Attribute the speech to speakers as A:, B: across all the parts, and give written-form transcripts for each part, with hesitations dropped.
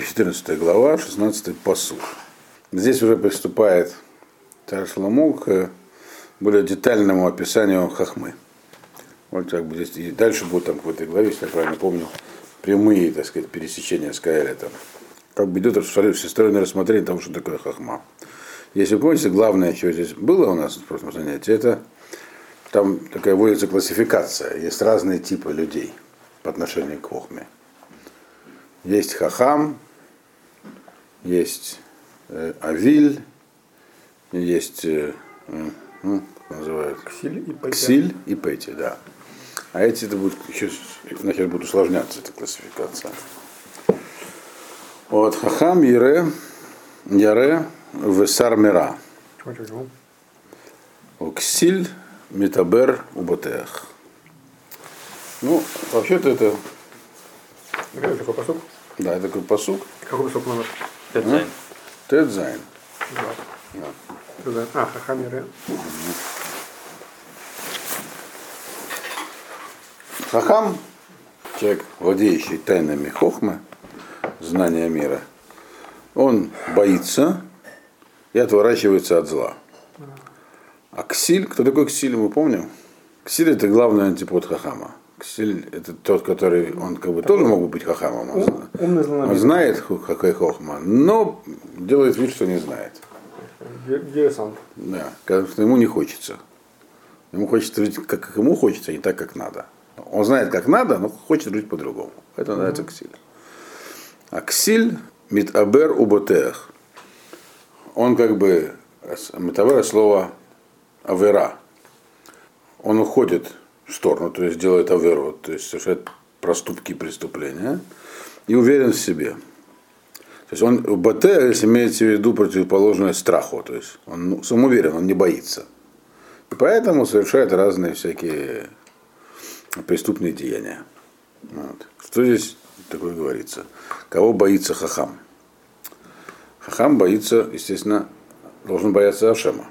A: 14 глава, 16 пасук. Здесь уже приступает царь Шломо к более детальному описанию хохмы. Вот как бы здесь и дальше будет там в этой главе, если я правильно помню, прямые, так сказать, пересечения с Каэлитом. Как бы идет всестороннее рассмотрение того, что такое хохма. Если вы помните, главное, что здесь было у нас в прошлом занятии, это там такая вводится классификация. Есть разные типы людей по отношению к хохме. Есть хахам, есть авиль, есть как называют? Ксиль и пети, да. А эти это будет еще нахер будет усложняться, эта классификация. Вот хахам, яре, весар мира. Ксиль, метабер, уботех. Ну, вообще-то это...
B: Это такой пасук?
A: Да, это такой пасук.
B: Какой пасук номер?
C: Тедзайн.
A: Тедзайн.
B: Да. Хахам Яре.
A: Хахам, человек, владеющий тайнами хохмы, знания мира, он боится и отворачивается от зла. А ксиль, кто такой ксиль, мы помним? Ксиль это главный антипод хахама. Ксиль это тот, который, он как бы тоже мог быть хахамом. Он знает, какая хохма, но делает вид, что не знает.
B: Диверсант.
A: Да, потому что ему не хочется. Ему хочется жить, как ему хочется, а не так, как надо. Он знает, как надо, но хочет жить по-другому. Это называется ксиль. А ксиль митабер уботех. Он как бы, митабер слово авера. Он уходит в сторону, то есть делает аверу, то есть совершает проступки и преступления, и уверен в себе. То есть он ботех, если имеется в виду противоположное страху, то есть он самоуверен, он не боится. И поэтому совершает разные всякие преступные деяния. Вот. Что здесь такое говорится? Кого боится хахам? Хахам боится, естественно, должен бояться Ашема.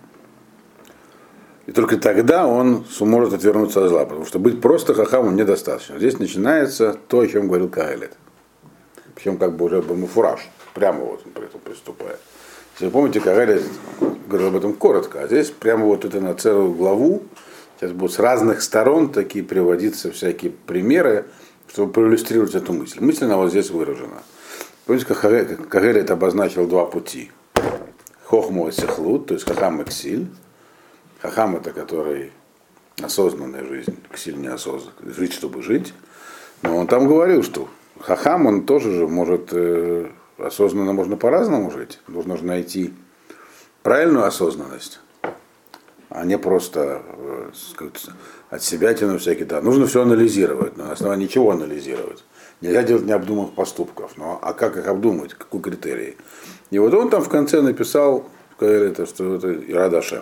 A: И только тогда он сможет отвернуться от зла, потому что быть просто хахамом недостаточно. Здесь начинается то, о чем говорил Каэлит. Причем как бы уже муфураж, прямо вот он при этом приступает. Если вы помните, Каэлит говорил об этом коротко, а здесь прямо вот это на целую главу, сейчас будут с разных сторон такие приводиться всякие примеры, чтобы проиллюстрировать эту мысль. Мысль, она вот здесь выражена. Помните, как Каэлит обозначил два пути. Хохму и сехлут, то есть хахам и ксиль. Хахам это который осознанная жизнь, ксиль неосознанная, жить, чтобы жить. Но он там говорил, что хахам, он тоже же может, осознанно можно по-разному жить. Нужно же найти правильную осознанность, а не просто от себя тянуть всякие. Да, нужно все анализировать, на основании чего анализировать. Нельзя делать необдуманных поступков. Ну, а как их обдумать, какой критерий? И вот он там в конце написал, что это Ирад Ашем.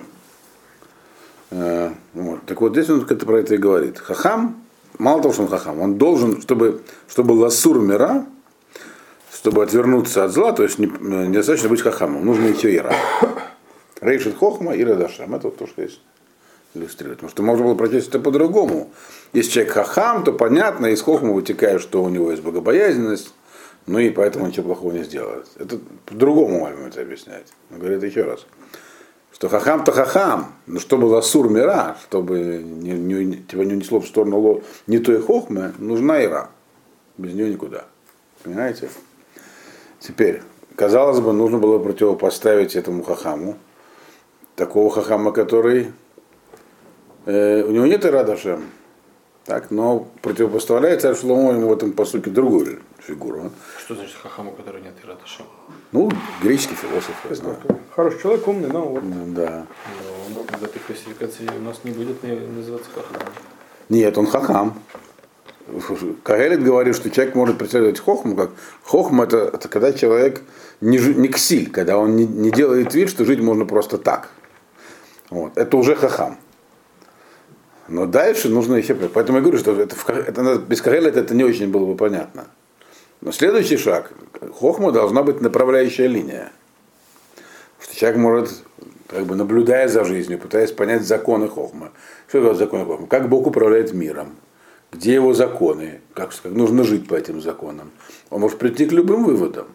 A: Вот. Так вот здесь он про это и говорит. Хахам, мало того, что он хахам, он должен, чтобы ласур мира, чтобы отвернуться от зла, то есть недостаточно быть хахамом, нужно еще ира. Рейшит хохма и радашам. Это вот то, что здесь иллюстрирует. Потому что можно было прочесть это по-другому. Если человек хахам, то понятно, из хохма вытекает, что у него есть богобоязненность, ну и поэтому ничего плохого не сделает. Это по-другому можно это объяснять. Он говорит еще раз. Что хахам-то хахам, но чтобы ласур мира, чтобы тебя не унесло в сторону не той хохмы, нужна ира. Без нее никуда. Понимаете? Теперь, казалось бы, нужно было противопоставить этому хахаму такого хахама, который у него нет Ирад Ашем, так, но противопоставляет царь Шломо ему в этом посуке другую фигуру.
C: Что значит хахаму, который нет Ирад Ашем?
A: Ну, греческий философ, я знаю.
B: Хороший человек, умный, но вот.
A: Да.
C: Но в этой классификации у нас не будет называться хахамом.
A: Нет, он хахам. Каэлит говорит, что человек может представлять хохму, как хохма это когда человек не ксиль, когда он не делает вид, что жить можно просто так. Вот. Это уже хахам. Но дальше нужно еще... Поэтому я говорю, что это без Каэлита это не очень было бы понятно. Но следующий шаг. Хохма должна быть направляющая линия. Что человек может, как бы наблюдая за жизнью, пытаясь понять законы хохмы. Что это законы хохмы? Как Бог управляет миром? где его законы, как нужно жить по этим законам, он может прийти к любым выводам,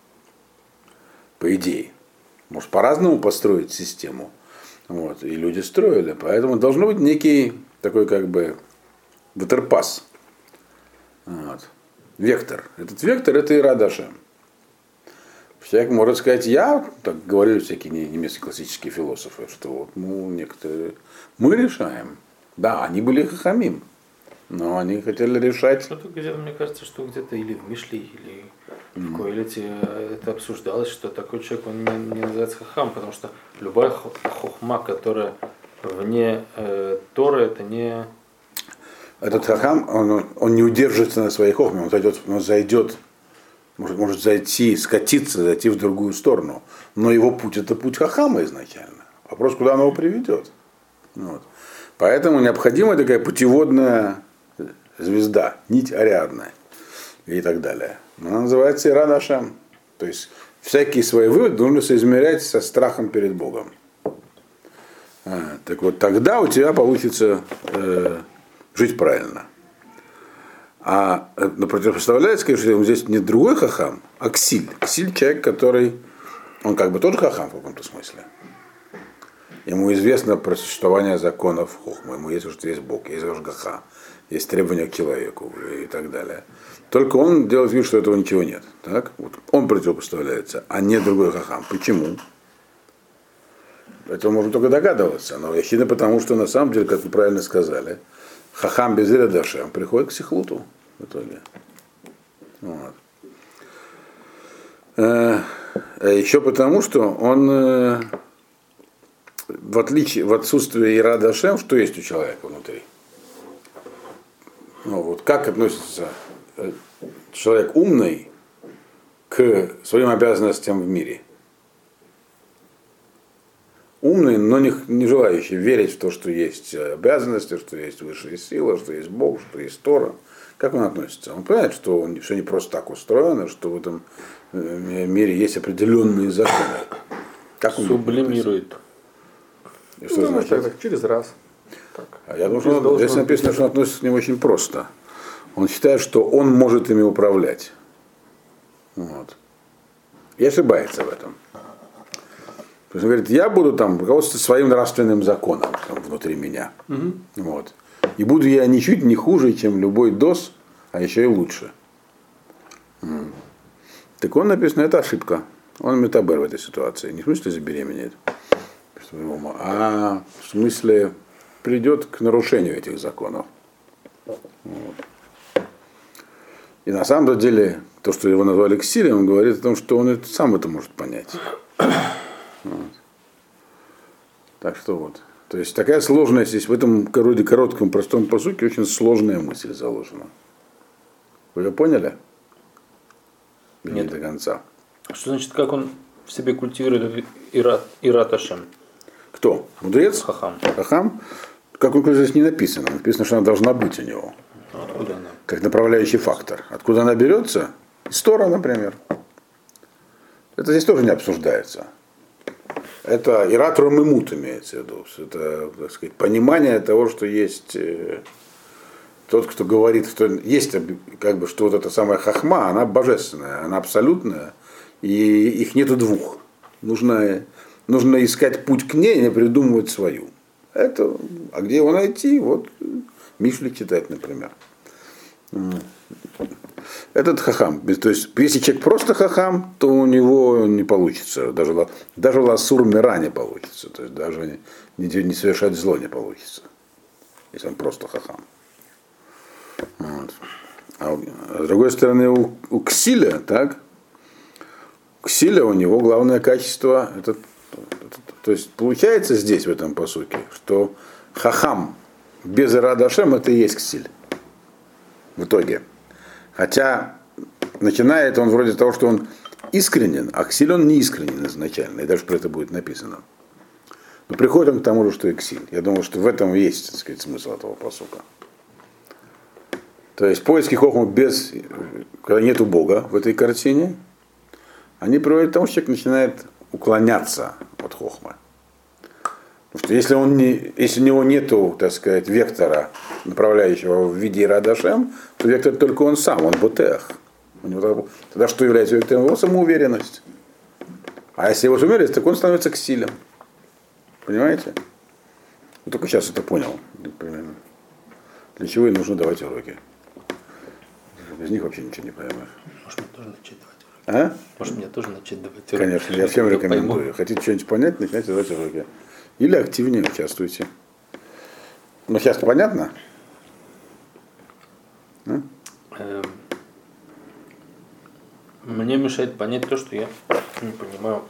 A: по идее. Может по-разному построить систему. Вот, и люди строили. Поэтому должен быть некий такой как бы ватерпас. Вот. Вектор. Этот вектор это Ират Ашем. Человек может сказать, так говорили всякие немецкие классические философы, что вот, некоторые, мы решаем. Да, они были хахамим, но они хотели решать.
C: Что-то где-то, мне кажется, что где-то или в Мишле, или в Коэлете это обсуждалось, что такой человек, он не называется хахам, потому что любая хохма, которая вне Торы, это не...
A: Этот хахам, он не удержится на своей хохме, он зайдет, может зайти, скатиться, зайти в другую сторону. Но его путь это путь хахама изначально. Вопрос, куда он его приведет. Вот. Поэтому необходима такая путеводная звезда, нить Ариадна и так далее. Она называется Ират Ашем. То есть всякие свои выводы нужно соизмерять со страхом перед Богом. Так вот, тогда у тебя получится жить правильно. А противопоставляется, конечно, здесь не другой хахам, а ксиль. Ксиль человек, который, он как бы тоже хахам в каком-то смысле. Ему известно про существование законов хохмы, ему есть, что есть Бог, есть Ашгаха, есть требования к человеку и так далее. Только он делает вид, что этого ничего нет. Так? Вот он противопоставляется, а не другой хахам. Почему? Это можно только догадываться. Но яхидно потому, что на самом деле, как вы правильно сказали, хахам без Ират Ашем приходит к сихлуту в итоге. Вот. Еще потому, что он в отсутствие Ират Ашем, что есть у человека внутри. Ну, вот как относится человек умный к своим обязанностям в мире? Умный, но не желающий верить в то, что есть обязанности, что есть высшая сила, что есть Бог, что есть Тора. Как он относится? Он понимает, что все не просто так устроено, что в этом мире есть определенные законы. Как он
C: сублимирует.
A: И что значит?
B: Так, через раз. Так.
A: А я думаю, что здесь написано, что он относится к ним очень просто. Он считает, что он может ими управлять. Вот. И ошибается в этом. То есть он говорит, я буду там руководствоваться своим нравственным законом там, внутри меня. Вот. И буду я ничуть не хуже, чем любой дос, а еще и лучше. Так он написано, это ошибка. Он метабер в этой ситуации. Не в смысле забеременеет, а в смысле придет к нарушению этих законов. Вот. И на самом деле, то, что его назвали ксилем, он говорит о том, что он сам это может понять. Вот. Так что вот. То есть такая сложность здесь в этом роде коротком, простом посуке очень сложная мысль заложена. Вы ее поняли? Или
C: Нет.
A: не до конца.
C: Что значит, как он в себе культивирует Ират Ашем?
A: Кто? Мудрец?
C: Хахам.
A: Хахам? Как он здесь не написано. Написано, что она должна быть у него.
C: Откуда она?
A: Как направляющий фактор. Откуда она берется? Из Тора, например. Это здесь тоже не обсуждается. Это Ират Ромимут имеется в виду. Это, так сказать, понимание того, что есть тот, кто говорит, что есть как бы, что вот эта самая хахма, она божественная, она абсолютная, и их нету двух. Нужно искать путь к ней, не придумывать свою. Это, а где его найти? Вот Мишли читать, например. Этот хахам. То есть, если человек просто хахам, то у него не получится. Даже ласур мира не получится. То есть даже не совершать зло не получится. Если он просто хахам. Вот. А с другой стороны, у ксиля, так? Ксиля у него главное качество. То есть получается здесь, в этом посуке, что хахам без Ират Ашем это и есть ксиль. В итоге. Хотя начинает он вроде того, что он искренен, а ксиль он не искренен изначально, и даже про это будет написано. Но приходит он к тому же, что и ксиль. Я думаю, что в этом и есть, так сказать, смысл этого посука. То есть поиски хохмы без, когда нету Бога в этой картине, они приводят к тому, что человек начинает уклоняться от хохмы. Потому что если, если у него нету, так сказать, вектора, направляющего в виде Ират Ашем, то вектор только он сам, он ботех. Тогда что является вектором? Его самоуверенность. А если его самоуверенность, так он становится ксилем. Понимаете? Я только сейчас это понял. Примерно. Для чего и нужно давать уроки. Без них вообще ничего не поймешь.
C: Может, мне тоже начать давать уроки?
A: А?
C: Может, мне тоже начать давать уроки?
A: Конечно, я всем рекомендую. Хотите что-нибудь понять, начинайте давать уроки. Или активнее участвуйте. Ну, сейчас понятно?
C: Мне мешает понять то, что я не понимаю.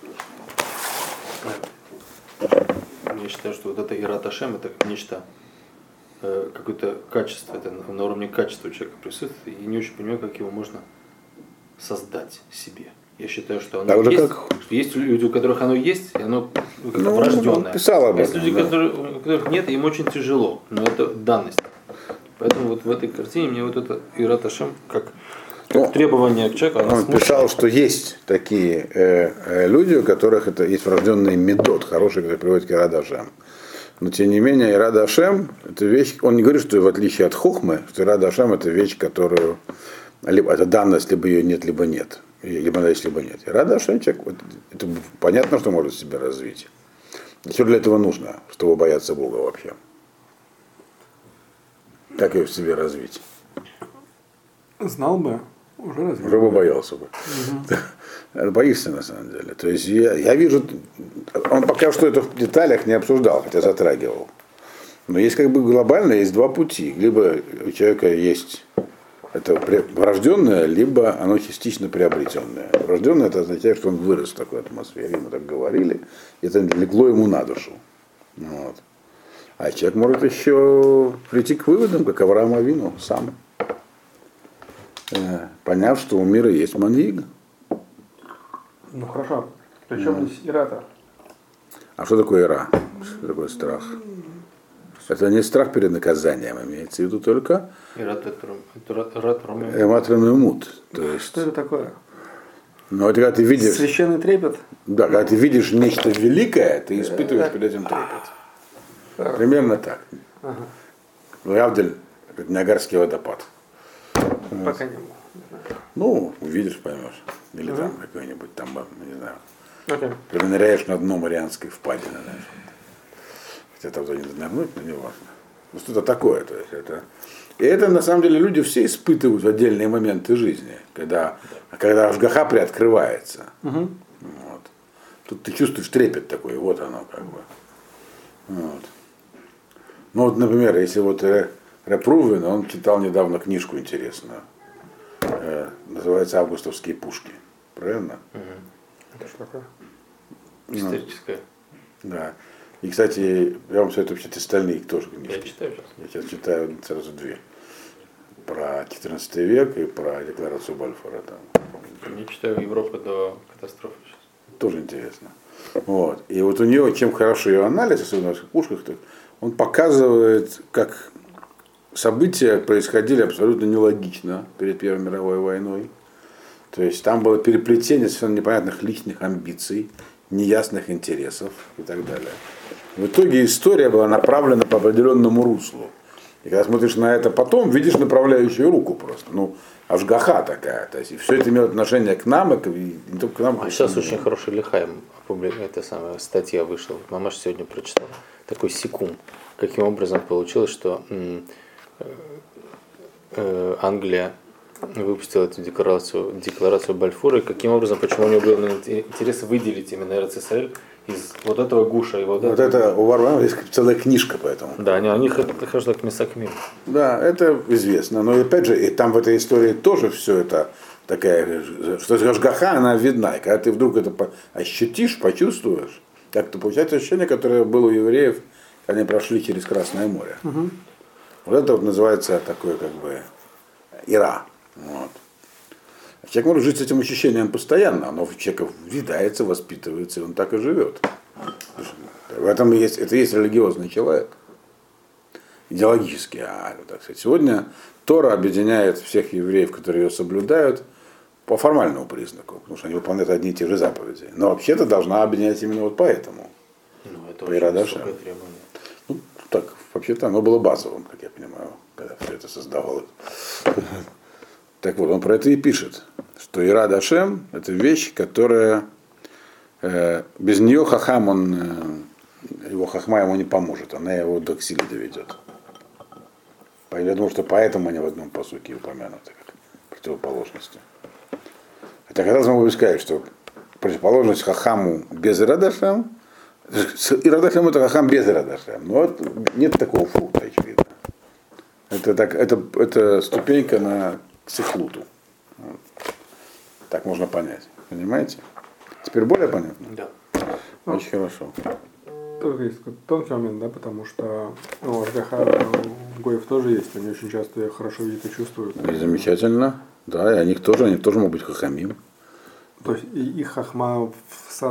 C: Я считаю, что вот это Ират Ашем, это нечто, какое-то качество, это на уровне качества у человека присутствует, и не очень понимаю, как его можно создать себе. Я считаю, что оно есть, что есть люди, у которых оно есть, и оно как-то врожденное.
A: Есть
C: люди, у которых нет, им очень тяжело, но это данность. Поэтому вот в этой картине мне вот это Ират Ашем как требование к человеку.
A: Он писал, что есть такие люди, у которых это есть врожденный медот, хороший, который приводит к Ират Ашем. Но тем не менее, Ират Ашем – это вещь, он не говорит, что в отличие от хохмы, что Ират Ашем – это вещь, которую, либо это данность, либо ее нет, либо нет. Либо она есть, либо нет. Ират Ашем человек, вот, это понятно, что может себя развить. Что для этого нужно, чтобы бояться Бога вообще? Как ее в себе развить?
B: Знал бы, уже развил.
A: Уже бы боялся бы. Боишься на самом деле. То есть я вижу, он пока что это в деталях не обсуждал, хотя затрагивал. Но есть как бы глобально есть два пути. Либо у человека есть это врожденное, либо оно частично приобретенное. Врожденное это означает, что он вырос в такой атмосфере, ему так говорили, и это легло ему на душу. Вот. А человек может еще прийти к выводам, как Авраам Авину сам. Поняв, что у мира есть маньяк.
B: Ну хорошо. Причем здесь Ирата?
A: А что такое ира? Что такое страх? Это не страх перед наказанием, имеется в виду только эматрам. То есть,
B: что это такое?
A: Ну, это когда ты видишь.
B: Священный трепет?
A: Да, когда ты видишь нечто великое, ты испытываешь перед этим трепет. Примерно так. Равдель, как Ниагарский водопад.
B: Пока не было.
A: Ну, увидишь, поймешь. Или там какой-нибудь там, не знаю. Ты ныряешь на дно Марианской впадины, знаешь. Хотя там туда не нырнуть, но не важно. Ну, что-то такое. То есть это... И это, на самом деле, люди все испытывают в отдельные моменты жизни, когда Ашгаха приоткрывается. Вот. Тут ты чувствуешь трепет такой, вот оно как бы. Вот. Ну, вот, например, если вот Реб Рувен, он читал недавно книжку интересную. Называется «Августовские пушки». Правильно?
B: Это что такое?
C: Историческое.
A: Да. И, кстати, я вам советую читать остальные тоже книжки.
C: Я читаю сейчас.
A: Я сейчас читаю сразу две. Про 14 век и про декларацию Бальфора.
C: Я читаю «Европа до катастрофы» сейчас.
A: Тоже интересно. Вот. И вот у него, чем хорошо ее анализ, особенно в пушках, он показывает, как события происходили абсолютно нелогично перед Первой мировой войной. То есть там было переплетение совершенно непонятных личных амбиций, неясных интересов и так далее. В итоге история была направлена по определенному руслу. И когда смотришь на это потом, видишь направляющую руку просто. Ну, Ашгаха такая. То есть, и все это имело отношение к нам, и не только к нам.
C: А сейчас очень хороший Лихаем, эта самая статья вышла. Мамаш сегодня прочитал. Такой секунд. Каким образом получилось, что Англия выпустила эту декларацию Бальфура, и каким образом, почему у него был интерес выделить именно РССР из вот этого гуша и вот этого.
A: Это у Варвара есть целая книжка по этому.
C: Да, они хождут к Месакмину.
A: Да, это известно. Но опять же, и там в этой истории тоже все это такая, что Ашгаха, она видна. И когда ты вдруг это ощутишь, почувствуешь, как-то получается ощущение, которое было у евреев, когда они прошли через Красное море. Вот это вот называется такое как бы ира. Вот. Человек может жить с этим ощущением постоянно, оно в человека въедается, воспитывается, и он так и живет. В этом это есть религиозный человек, идеологический. Так сказать, сегодня Тора объединяет всех евреев, которые ее соблюдают, по формальному признаку, потому что они выполняют одни и те же заповеди. Но вообще-то должна объединять именно вот поэтому.
C: Ну, это
A: По
C: очень
A: Ирадашем.
C: высокое требование.
A: Ну, так, вообще-то оно было базовым, как я понимаю, когда все это создавалось. Так вот, он про это и пишет, что Ирад Ашем – это вещь, которая без нее хахам, его хахма ему не поможет, она его до силы доведет. Я думаю, что поэтому они в одном посуке упомянуты, как противоположности. Хотя когда мы будем сказать, что противоположность хахаму без Ирад Ашем, Ирад Ашем это хахам без Ирад Ашем, но вот нет такого фрукта, очевидно. Это ступенька на сихлуту. Так можно понять. Понимаете? Теперь более понятно?
C: Да.
A: Очень хорошо.
B: Только есть тонкий момент, да, потому что Ашгаха у Гоев тоже есть, они очень часто ее хорошо видят и чувствуют.
A: И замечательно. Да, и они тоже могут быть хахамим.
B: То есть и их хахма в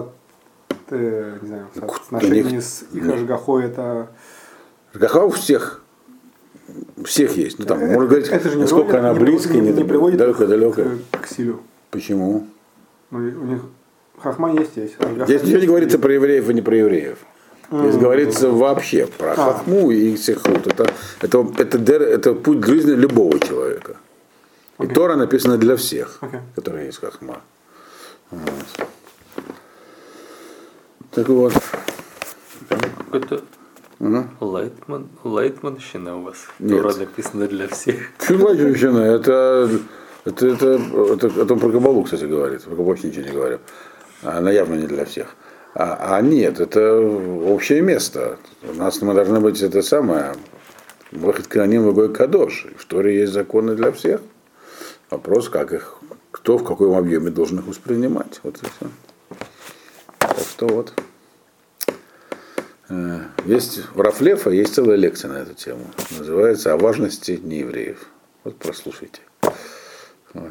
B: не знаю, в
A: У
B: соотношении
A: них-
B: с их Ашгахой это...
A: Хаха у всех есть. Ну, там, можно говорить,
B: это же не
A: насколько
B: приводит-
A: она
B: не
A: близкая,
B: приводит- не приводит
A: далеко.
B: к силю.
A: Почему?
B: Ну, и у них хахма есть. Ашгаха
A: Здесь ничего не
B: есть.
A: говорится про евреев и не про евреев. Здесь говорится вообще про хахму и сихлут. Это путь жизни любого человека. И
B: Окей.
A: Тора написана для всех,
B: Окей.
A: которые есть хахма. Вот. Так вот.
C: Какой-то лайтманщина у вас.
A: Нет.
C: Тора написано для всех.
A: Чувачевщина, это он про Кабалу, кстати, говорит. Про Кабалу вообще ничего не говорю. Она явно не для всех. А нет, это общее место. Мы должны быть это самое. Вахид Коаним, Вагой Кадош. В Торе есть законы для всех. Вопрос, как их, кто в каком объеме должен их воспринимать. Вот и все. Так что вот. Есть в Рафлефа есть целая лекция на эту тему. Называется «О важности неевреев». Вот прослушайте. Вот.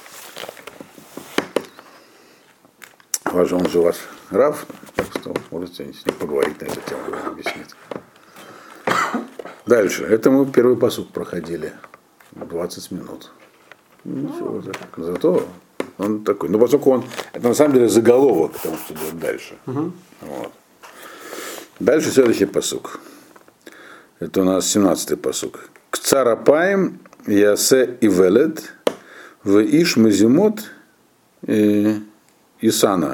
A: Он же ваш Рав, так что можете с ним поговорить на эту тему, объяснить. Дальше. Это мы первый посуд проходили. 20 минут. Ничего, зато он такой. Но поскольку это на самом деле заголовок, потому что идет дальше. Вот. Дальше следующий пасук. Это у нас 17-й пасук. К царапаем ясе и велет в иш мазимот Исане.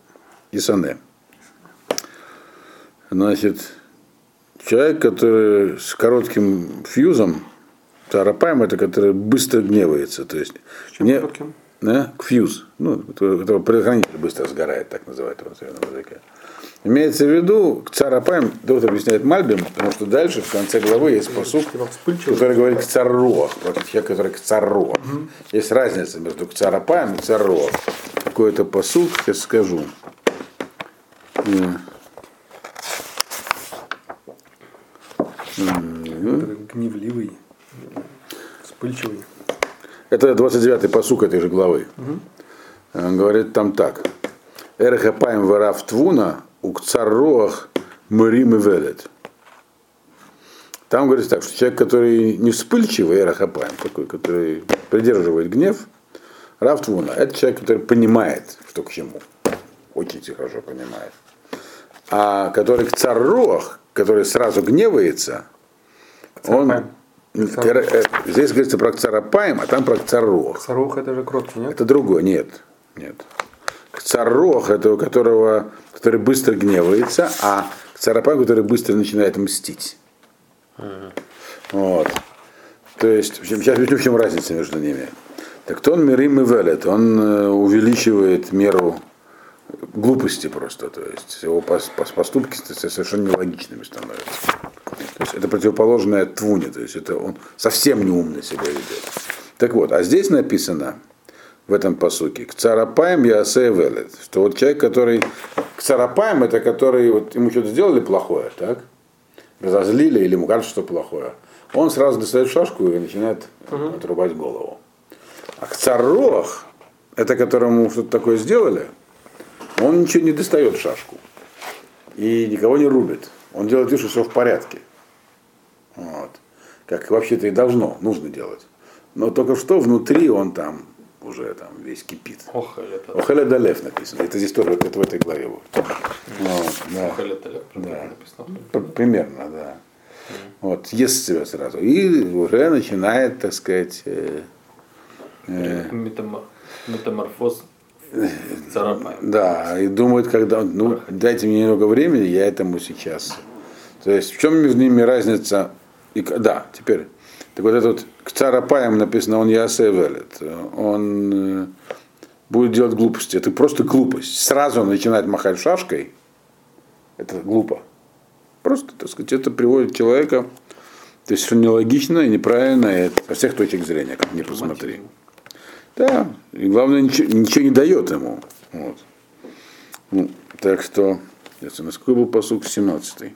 A: Значит, человек, который с коротким фьюзом, царапаем это, который быстро гневается. То есть,
B: коротким?
A: Фьюз. Ну, это предохранитель быстро сгорает, так называют его на современном языке. Имеется в виду, к царапаем, тут объясняет Мальбим, потому что дальше в конце главы есть посук, который говорит к царроах, против человека, который к царроах. Есть разница между к царапаем и царроах. Какой-то посук, сейчас скажу.
B: Гневливый, вспыльчивый.
A: Это 29-й посук этой же главы. Он говорит там так. Эрхапаем вараф твуна ук царроах мрим и велет. Там говорится так, что человек, который не вспыльчивый, эрхапаем, такой, который придерживает гнев, рав твуна, это человек, который понимает, что к чему. Очень хорошо понимает. А который к царроах, который сразу гневается, он... Здесь говорится про царапаем, а там про царроах.
B: Царух это же кроткий, нет?
A: Это другое, нет. Царрох, это у которого, который быстро гневается, а царапаем, который быстро начинает мстить. Вот. То есть, сейчас объясню, в чем разница между ними. Так то он мирим и велет, он увеличивает меру глупости просто, то есть его поступки совершенно нелогичными становятся. То есть это противоположное твуне, то есть это он совсем неумно себя ведет. Так вот, а здесь написано в этом посуке к царапаем ясе велет, что вот человек, который к царапаем, это который вот ему что-то сделали плохое, так? Разозлили или ему кажется, что плохое. Он сразу достает шашку и начинает отрубать голову. А к царроах, это которому что-то такое сделали, он ничего не достает шашку и никого не рубит. Он делает вид, что все в порядке. Вот. Как вообще-то и нужно делать. Но только что внутри он там уже там весь кипит.
C: Охель это.
A: Охель Адалев написано. Это здесь тоже это в этой главе будет. Вот, да.
C: Охель это
A: Да.
C: написано.
A: Примерно, да. Вот, ест себя сразу. И уже начинает, так сказать,
C: Метаморфоз царапаем.
A: да, и думает, когда, ну, дайте мне немного времени, я этому сейчас. То есть в чем между ними разница? Да, теперь. Так вот этот к царапаям написано, он ясе велет. Он будет делать глупости. Это просто глупость. Сразу начинать махать шашкой, это глупо. Просто, так сказать, это приводит человека, то есть, что нелогично и неправильно, и это со всех точек зрения, как ни посмотри. Да, и главное, ничего не дает ему. Вот. Ну, так что, насколько был посук 17-й.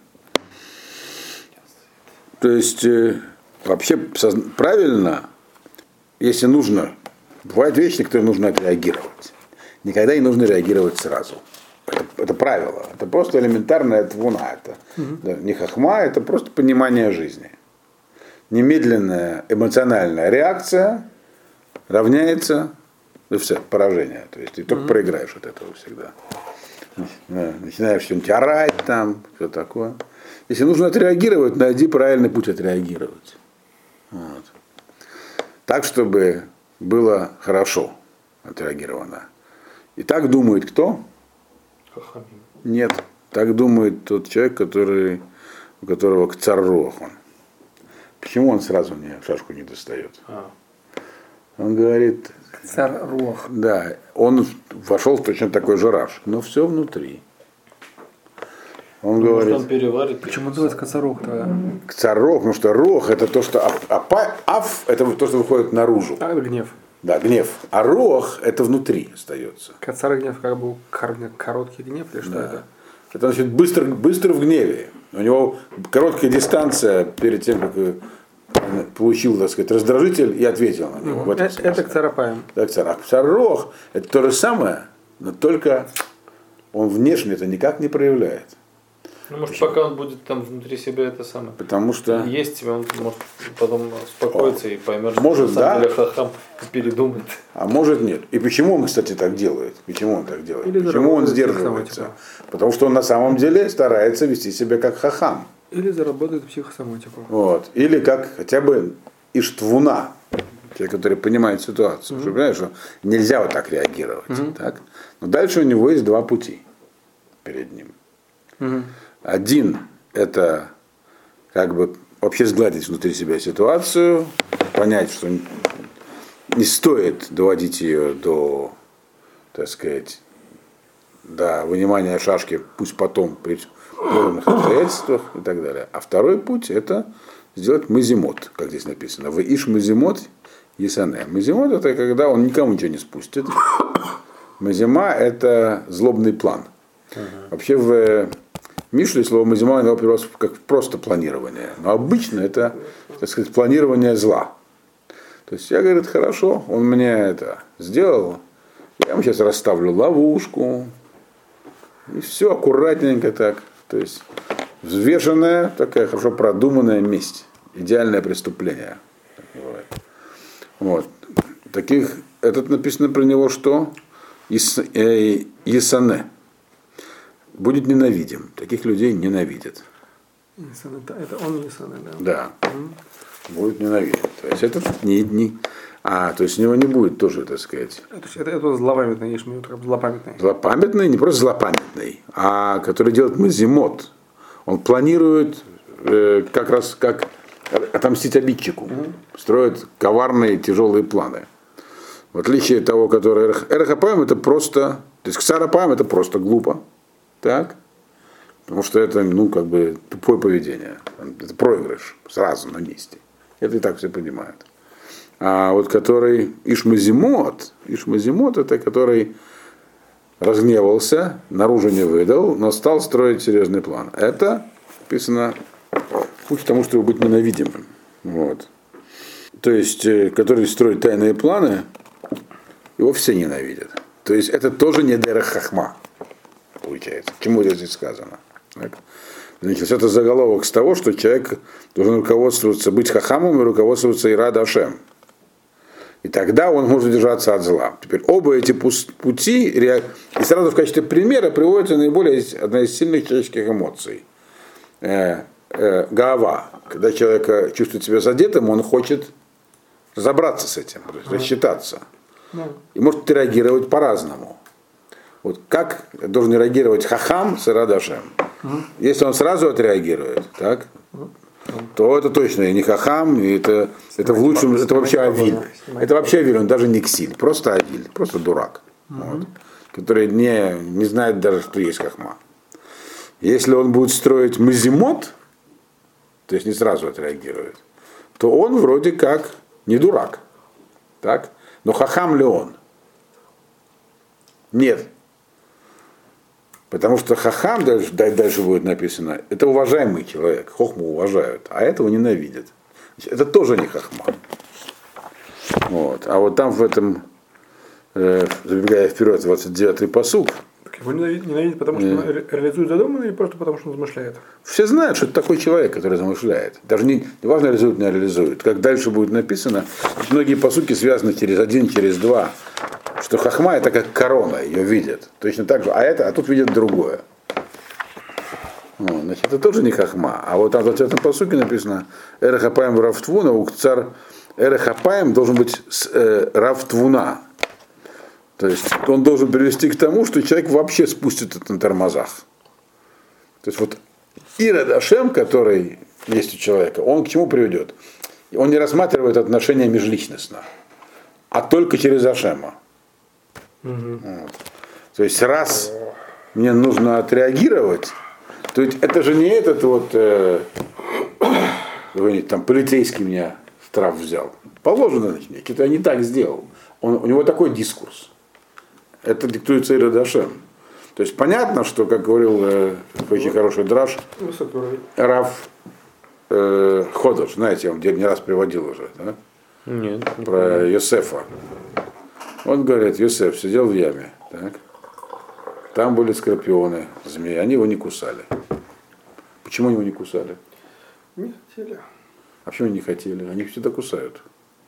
A: То есть, вообще правильно, если нужно, бывают вещи, на которые нужно отреагировать. Никогда не нужно реагировать сразу. Это правило. Это просто элементарная твуна. Это да, не хахма, это просто понимание жизни. Немедленная эмоциональная реакция равняется и все, поражение. То есть ты только проиграешь от этого всегда. Да, начинаешь что-нибудь орать там, все такое. Если нужно отреагировать, найди правильный путь отреагировать. Вот. Так, чтобы было хорошо отреагировано. И так думает кто?
C: Хахамим.
A: Нет, так думает тот человек, у которого царрох он. Почему он сразу мне шашку не достает? Он говорит,
B: Царрох.
A: да, он вошел в точно такой же раж, но все внутри. Он говорит,
C: Может, он переварит.
B: Почему называется коцарох-то?
A: царрох, потому что рох это то, что аф это то, что выходит наружу.
B: А, это гнев.
A: Да, гнев. А рох это внутри остается.
B: Коцар и гнев как бы короткий гнев или что
A: Да.
B: это?
A: Это значит быстро в гневе. У него короткая дистанция перед тем, как он получил, так сказать, раздражитель и ответил на него. В этом смысле.
B: Это к царапаем.
A: Так, царрох это то же самое, но только он внешне это никак не проявляет.
C: Ну, может, пока он будет там внутри себя это самое.
A: Потому что
C: Есть тебя, он может потом успокоиться и поймет, что
A: Может,
C: на самом
A: да.
C: деле хахам передумает.
A: А может нет. И почему он, кстати, так делает? Почему он так делает?
B: Или
A: Почему он
B: заработает
A: сдерживается?
B: психосоматику.
A: Потому что он на самом деле старается вести себя как хахам.
B: Или заработает психосоматику.
A: Вот. Или как хотя бы иштвуна. Человек, который понимает ситуацию. Что, понимаешь, что нельзя вот так реагировать. Так? Но дальше у него есть два пути перед ним. Один это как бы вообще сгладить внутри себя ситуацию, понять, что не стоит доводить ее до, так сказать, до вынимания шашки, пусть потом при полных обстоятельствах и так далее. А второй путь это сделать мазимот, как здесь написано. Вы иш мазимот есане. Мазимот это когда он никому ничего не спустит. Мазима это злобный план. Вообще в Мишле слово мазима переводится как просто планирование. Но обычно это, так сказать, планирование зла. То есть я, говорит, хорошо, он мне это сделал, я ему сейчас расставлю ловушку. И все аккуратненько так. То есть взвешенная, такая хорошо продуманная месть. Идеальное преступление. Так бывает. Вот. Таких, этот написано про него что? Есане. Будет ненавидим. Таких людей ненавидят.
B: Это он Есане, да?
A: Да. Будет ненавидим. То есть это то есть у него не будет тоже, так сказать.
B: Это злопамятный, злопамятный.
A: Злопамятный, не просто злопамятный, а который делает мазимот. Он планирует как раз как отомстить обидчику. Строит коварные тяжелые планы. В отличие от того, который Эрхапаем это просто, то есть Ксарапаем это просто глупо. Так? Потому что это, как бы тупое поведение. Это проигрыш сразу на месте. Это и так все понимают. А вот который Ишмазимот это который разгневался, наружу не выдал, но стал строить серьезный план. Это написано путь к тому, чтобы быть ненавидимым. Вот. То есть, который строит тайные планы, его все ненавидят. То есть это тоже не дерех хахма, получается. Чему это здесь сказано? Так? Значит, это заголовок с того, что человек должен руководствоваться, быть хахамом и руководствоваться Ирад Ашем. И тогда он может удержаться от зла. Теперь оба эти пути, и сразу в качестве примера приводится наиболее одна из сильных человеческих эмоций. Гаава. Когда человек чувствует себя задетым, он хочет разобраться с этим, то есть рассчитаться. И может реагировать по-разному. Вот как должен реагировать хахам с Ирадашем? Если он сразу отреагирует, так, то это точно не хахам, и это в лучшем, это вообще авиль. Это вообще авиль, он даже не ксиль, просто авиль, просто дурак, вот, который не знает даже, что есть хахма. Если он будет строить мазимот, то есть не сразу отреагирует, то он вроде как не дурак. Так? Но хахам ли он? Нет. Потому что хахам, дальше будет написано, это уважаемый человек, хохму уважают, а этого ненавидят. Это тоже не хахма. Вот. А вот там в этом, забегая вперед, 29-й пасук.
B: Его ненавидят, потому что он реализует задуманное, или просто потому что он замышляет?
A: Все знают, что это такой человек, который замышляет. Даже не важно, реализует, не реализует. Как дальше будет написано, многие пасуки связаны через один, через два. Что хахма это как корона, ее видят. Точно так же, а тут видят другое. Значит, это тоже не хахма. А вот там в этом пасуке написано Эрехапаем Равтвуна, укцар Эрехапаем должен быть Равтвуна. То есть он должен привести к тому, что человек вообще спустит это на тормозах. То есть вот Ирод Ашем, который есть у человека, он к чему приведет? Он не рассматривает отношения межличностно, а только через Ашема. Вот. То есть раз мне нужно отреагировать, то есть это же не этот вот там полицейский меня штраф взял. Положено, значит, это я не так сделал. У него такой дискурс. Это диктуется Ирод Ашем. То есть понятно, что, как говорил очень хороший драш, Рав Ходош, знаете, я вам не раз приводил уже, да?
C: Нет.
A: Про Йосефа. Он говорит, Йосеф сидел в яме, так? Там были скорпионы, змеи, они его не кусали. Почему они его не кусали?
B: Не хотели.
A: А почему они не хотели? Они всегда кусают.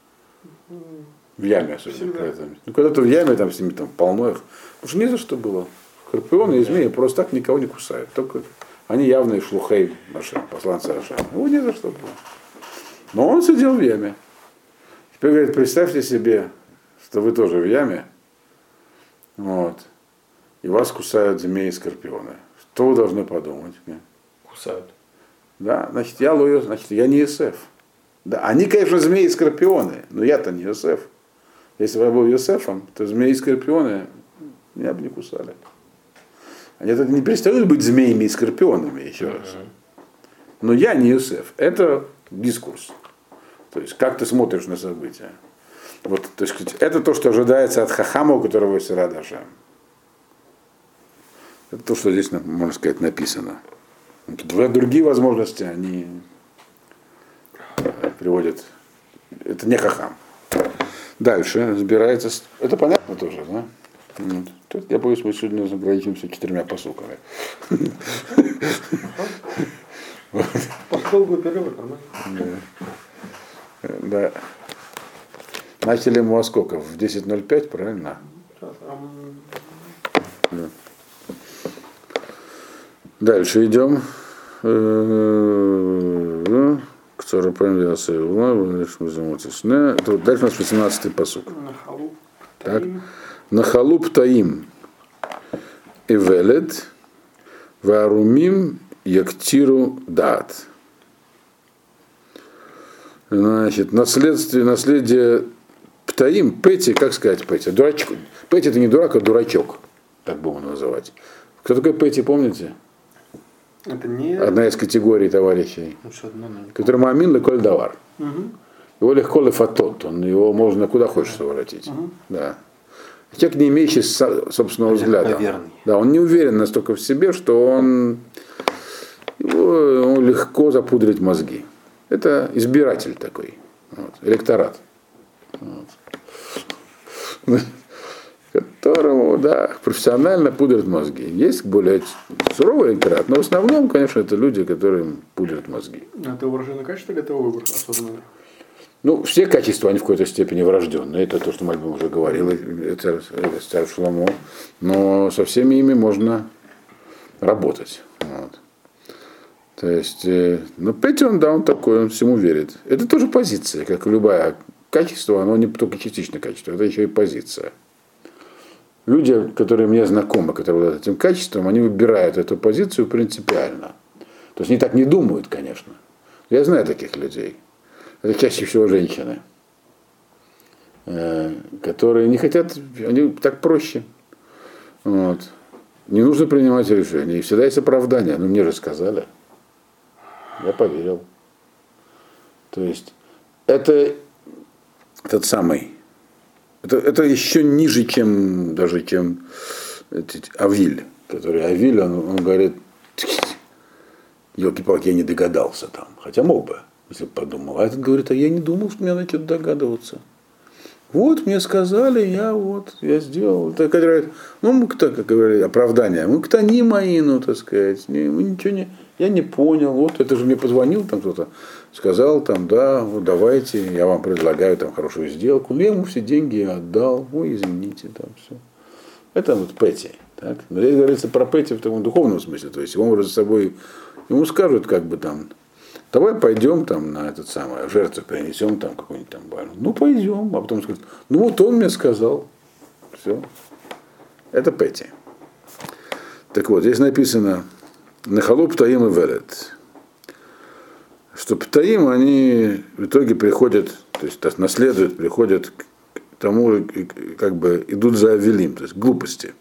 A: В яме особенно. Ну, когда ты в яме, там с ними там полно их. Потому что не за что было. Скорпионы и змеи просто так никого не кусают. Только они явные шлухей Ашем, посланцы Ашем. Его не за что было. Но он сидел в яме. Теперь говорит, представьте себе, что вы тоже в яме, вот, и вас кусают змеи и скорпионы. Что вы должны подумать?
C: Кусают.
A: Да, значит, я не Йосеф. Да, они, конечно, змеи и скорпионы, но я-то не Йосеф. Если бы я был Йосефом, то змеи и скорпионы меня бы не кусали. Они это не перестают быть змеями и скорпионами, еще раз. Но я не Йосеф. Это дискурс. То есть, как ты смотришь на события. Вот, то есть, это то, что ожидается от хахама, у которого есть Ирод Ашем. Это то, что здесь, можно сказать, написано. Другие возможности, они приводят. Это не хахам. Дальше разбирается. Это понятно тоже, да? Тут, я боюсь, мы сегодня ограничимся 4 пасуками.
B: Долгий период, нормально.
A: Да. Начали мы во сколько? В 10:05, правильно? Да. Дальше идем. К Царапаем Ясеула. Тут дальше у нас 18-й пасук. Так. Нахалуп таим эвелет варумим яктиру дат. Значит, наследие птаим, Пети, как сказать Пети? Дурачок. Пети это не дурак, а дурачок. Так будем называть. Кто такой Пети, помните?
B: Это не...
A: Одна из категорий товарищей. Который мамин леколь давар. Его легко лефатот, его можно куда хочешь воротить. Да. Человек, не имеющий собственного взгляда. Да, он не уверен настолько в себе, что он легко запудрить мозги. Это избиратель такой, вот, электорат, вот, которому, да, профессионально пудрят мозги. Есть более суровый электорат, но в основном, конечно, это люди, которым пудрят мозги.
B: Это выражение качества или это выбор осознанный?
A: Ну, все качества, они в какой-то степени врожденные. Это то, что Мальбим уже говорил, это царь Шломо. Но со всеми ими можно работать. Вот. То есть, ну, Петти, он такой, он всему верит. Это тоже позиция, как и любое качество, оно не только частичное качество, это еще и позиция. Люди, которые мне знакомы, которые обладают этим качеством, они выбирают эту позицию принципиально. То есть они так не думают, конечно. Я знаю таких людей. Это чаще всего женщины, которые не хотят, они так проще. Вот. Не нужно принимать решения. И всегда есть оправдание. Ну, мне же сказали. Я поверил. То есть это этот самый. Это еще ниже, чем даже чем Авиль. Который Авиль, он говорит, елки-палки, я не догадался там. Хотя мог бы, если бы подумал. А этот говорит, а я не думал, что мне надо что-то догадываться. Вот, мне сказали, я сделал. Так говорят, ну, мы кто, как говорили, оправдание. Мы кто не мои, ну, так сказать. Мы ничего не, я не понял. Вот, это же мне позвонил там кто-то, сказал там, да, вот давайте, я вам предлагаю там хорошую сделку. Ну, я ему все деньги отдал. Ой, извините, там все. Это вот Петти. Так? Но здесь говорится про Петти в таком духовном смысле. То есть его может с собой, ему скажут, как бы там, давай пойдем там на этот самый, жертву принесем там какой-нибудь там барин. Ну пойдем, а потом скажут, ну вот он мне сказал. Все. Это Петти. Так вот, здесь написано Нахалу Птаим и Велет. Что Птаим, они в итоге приходят, то есть наследуют, приходят к тому, как бы идут за Авелим, то есть глупости.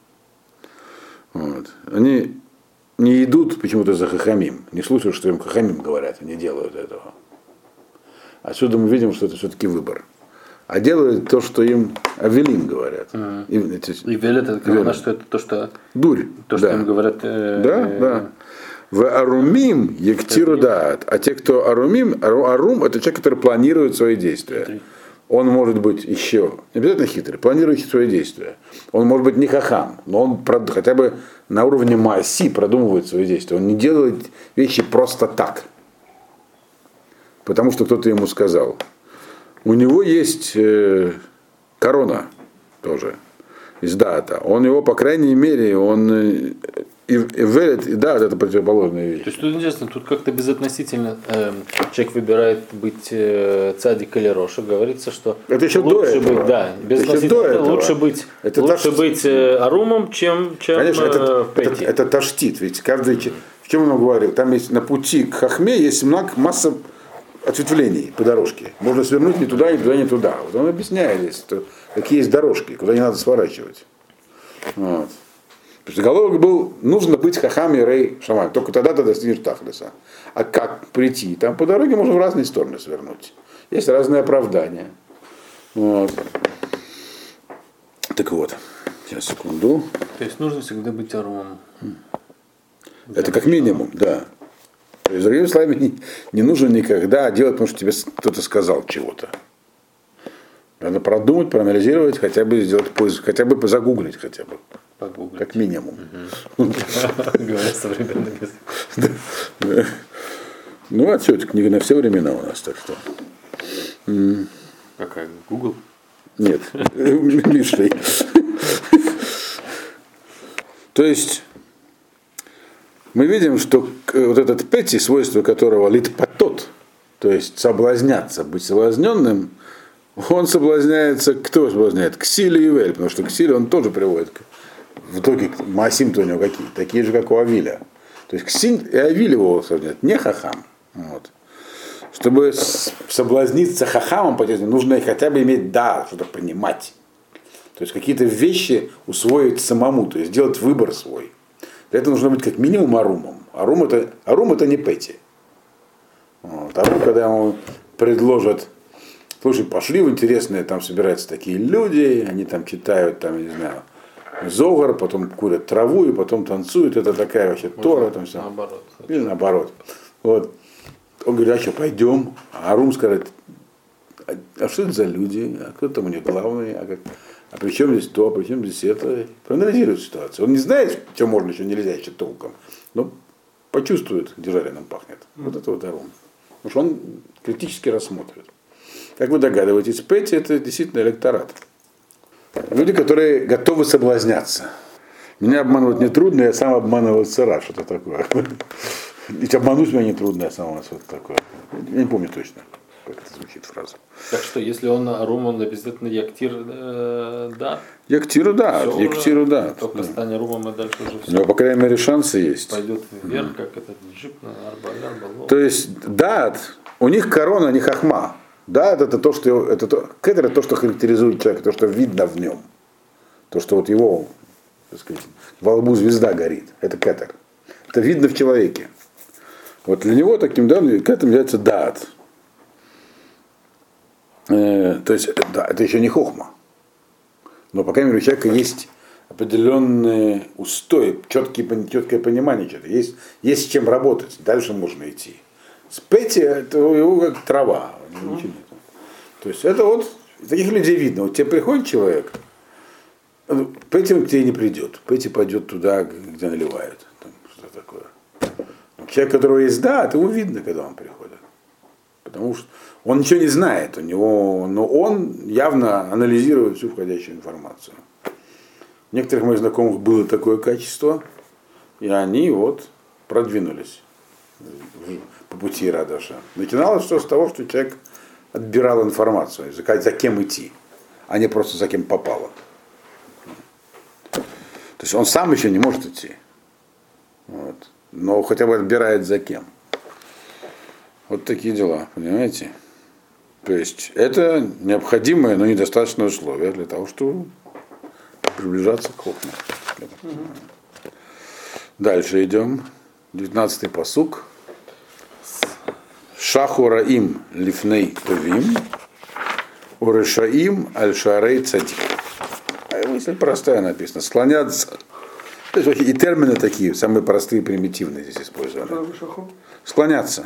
A: Вот. Они не идут почему-то за Хахамим, не слушают, что им Хахамим говорят, они делают этого. Отсюда мы видим, что это все-таки выбор. А делают то, что им Авелим говорят. И
C: Велет, это главное, что это то, что
A: дурь.
C: То, что им говорят.
A: Да. В Арумим Ектиру даат. А те, кто Арумим, Арум это человек, который планирует свои действия. Он может быть еще, не обязательно хитрый, планирующий свои действия. Он может быть не хахам, но он хотя бы на уровне Мааси продумывает свои действия. Он не делает вещи просто так, потому что кто-то ему сказал. У него есть корона тоже из Даата. Он его, по крайней мере, он и верит, и да, это противоположная вещь.
C: То есть тут интересно, тут как-то безотносительно человек выбирает быть цадик или роша, говорится, что
A: это еще
C: лучше
A: до
C: быть, да, безотносительно лучше быть арумом, чем
A: конечно,
C: Петти.
A: это таштит, ведь каждый, в чем он говорил, там есть на пути к хахме есть масса ответвлений по дорожке. Можно свернуть не туда, не туда. Вот он объясняет здесь, какие есть дорожки, куда не надо сворачивать. Вот. Заголовок был, нужно быть хахам и рей шамай, только тогда ты достигнешь тахлиса. А как прийти? Там по дороге можно в разные стороны свернуть. Есть разные оправдания. Вот. Так вот, сейчас, секунду.
C: То есть нужно всегда быть арумом.
A: Это как минимум, да. То есть, другими словами, не нужно никогда делать, потому что тебе кто-то сказал чего-то. Надо продумать, проанализировать, хотя бы сделать поиск, хотя бы загуглить хотя бы.
C: Погуглить.
A: Как минимум.
C: Говорят современным языком.
A: Ну, а что, эта книга на все времена у нас, так что.
C: Какая? Google?
A: Нет, Мишлей. То есть, мы видим, что вот этот Петти, свойство которого литпатот, то есть соблазняться, быть соблазненным, он соблазняется, кто соблазняет? Ксиль и Ивель, потому что Ксиль он тоже приводит в итоге Маасим-то у него какие? Такие же, как у Авиля. То есть Ксиль и Авиль его соблазняют, не хахам. Вот. Чтобы соблазниться хахамом, нужно хотя бы иметь дар, что-то понимать. То есть какие-то вещи усвоить самому, то есть сделать выбор свой. Для этого нужно быть как минимум арумом. Арум это не Петти. Вот. Арум, когда ему предложат, слушай, пошли в интересное, там собираются такие люди, они там читают, там, я не знаю, Зогар, потом курят траву и потом танцуют. Это такая вообще Тора. Там все.
C: Наоборот.
A: Или наоборот. Вот. Он говорит, а что, пойдем? А Арум скажет, а что это за люди? А кто там у них главный? А при чем здесь то, а при чем здесь это? Проанализирует ситуацию. Он не знает, что можно, что нельзя еще толком. Но почувствует, где жареным пахнет. Вот это вот Арум. Потому что он критически рассмотрит. Как вы догадываетесь, Пэти это действительно электорат. Люди, которые готовы соблазняться. Меня обманывать нетрудно, я сам обманывал сыра, что-то такое. Ведь обмануть меня нетрудно, я сам что-то такое. Я не помню точно, как это звучит фраза.
C: Так что, если он Арум, он обязательно Яктир, да?
A: Яктиру да,
C: Всё
A: Яктиру
C: уже,
A: да.
C: Только стань Арумом, и дальше уже
A: У него, по крайней мере, шансы есть.
C: пойдет вверх, как этот джип на Арбалон.
A: То есть, дат, у них корона, не хахма. Дат это то, что кетер это то, что характеризует человека, то, что видно в нем. То, что вот его, так сказать, во лбу звезда горит. Это кетер. Это видно в человеке. Вот для него таким данным кетером является дат. То есть, да, это еще не хохма. Но, по крайней мере, у человека есть определенные устои, четкое понимание чего-то. Есть с чем работать. Дальше можно идти. С Пэти это его как трава. Ничего нет. То есть это вот таких людей видно. Вот тебе приходит человек, Пэти он к тебе не придет. Пэти пойдет туда, где наливают. Там, что такое. Человек, у которого есть да, его видно, когда он приходит. Потому что он ничего не знает у него, но он явно анализирует всю входящую информацию. У некоторых моих знакомых было такое качество, и они вот продвинулись по пути Радаша. Начиналось все с того, что человек отбирал информацию, за кем идти, а не просто за кем попало. То есть он сам еще не может идти. Вот. Но хотя бы отбирает за кем. Вот такие дела, понимаете? То есть это необходимое, но недостаточное условие для того, чтобы приближаться к хохме. Дальше идем. 19-й пасук. Шахураим лифней товим, урышаим аль-шарей цадик. Мысль простая написана. Склоняться. То есть и термины такие, самые простые и примитивные здесь использованы. Склоняться.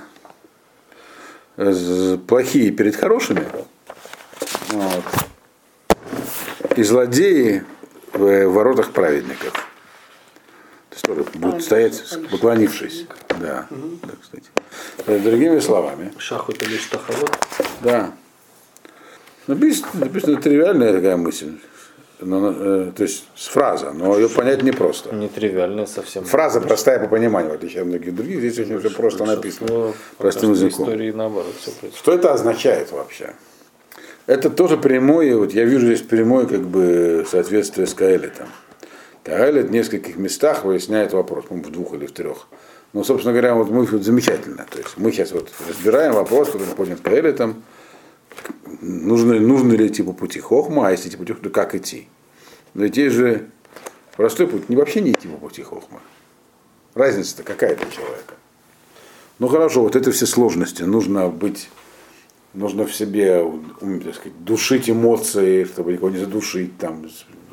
A: Плохие перед хорошими. Вот. И злодеи в воротах праведников. Которые будут стоять, поклонившись. Да, да, кстати. Другими словами.
C: Шаху это лишь тахавод.
A: Да. Написано тривиальная такая мысль. То есть фраза, но ее понять непросто.
C: Нетривиальная совсем.
A: Фраза простая по пониманию, в отличие от многих других. Здесь очень все просто написано. Простым языком.
C: Истории наоборот все происходит.
A: Что это означает вообще? Это тоже прямое, вот я вижу здесь прямое как бы соответствие с Каэлитом. Каэлит в нескольких местах выясняет вопрос, в 2 или в 3. Но, собственно говоря, вот мы вот замечательно. То есть мы сейчас вот разбираем вопрос, который поднят Каэлитом, нужно ли идти по пути хохма, а если идти по пути, то как идти? Но идти же простой путь, вообще не идти по пути хохма. Разница-то какая для человека? Ну хорошо, вот это все сложности, нужно в себе, так сказать, душить эмоции, чтобы никого не задушить там,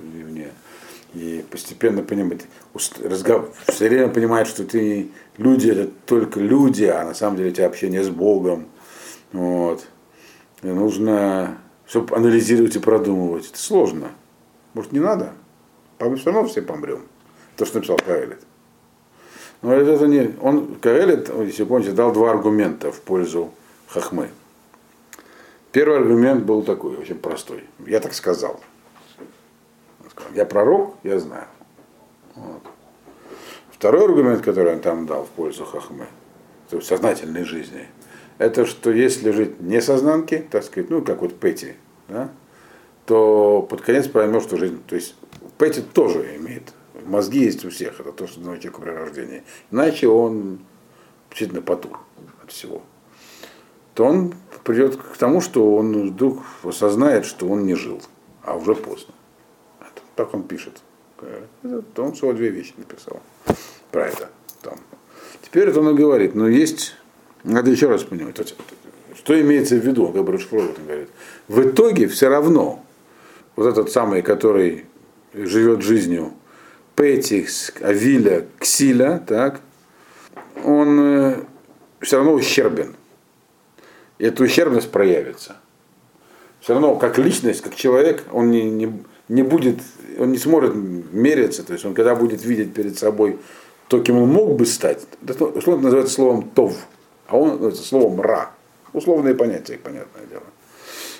A: и постепенно понимать, все время понимать, что люди это только люди, а на самом деле у тебя общение с Богом. Вот. И нужно все анализировать и продумывать. Это сложно. Может, не надо? Мы все равно все помрем. То, что написал Каэлит. Но это не. Каэлит, если вы помните, дал 2 аргумента в пользу хохмы. Первый аргумент был такой, очень простой. Я так сказал. Я пророк, я знаю. Вот. Второй аргумент, который он там дал в пользу хохмы, то есть сознательной жизни, это что если жить не сознанки, так сказать, как вот Пэти, да, то под конец поймешь, что жизнь, то есть Пэти тоже имеет, мозги есть у всех, это то, что дано человеку при рождении, иначе он действительно потур от всего, то он придет к тому, что он вдруг осознает, что он не жил, а уже поздно. Так он пишет. Он всего 2 вещи написал про это. Там. Теперь это он и говорит, но есть, надо еще раз понимать, что имеется в виду, он как бы расшифровывает, он говорит. В итоге все равно вот этот самый, который живет жизнью Пэтикс, Авиля, Ксиля, так, он все равно ущербен. И эта ущербность проявится. Все равно, как личность, как человек, он не будет, он не сможет мериться, то есть он когда будет видеть перед собой то, кем он мог бы стать, это условно называется словом тов, а он называется словом ра. Условные понятия, понятное дело.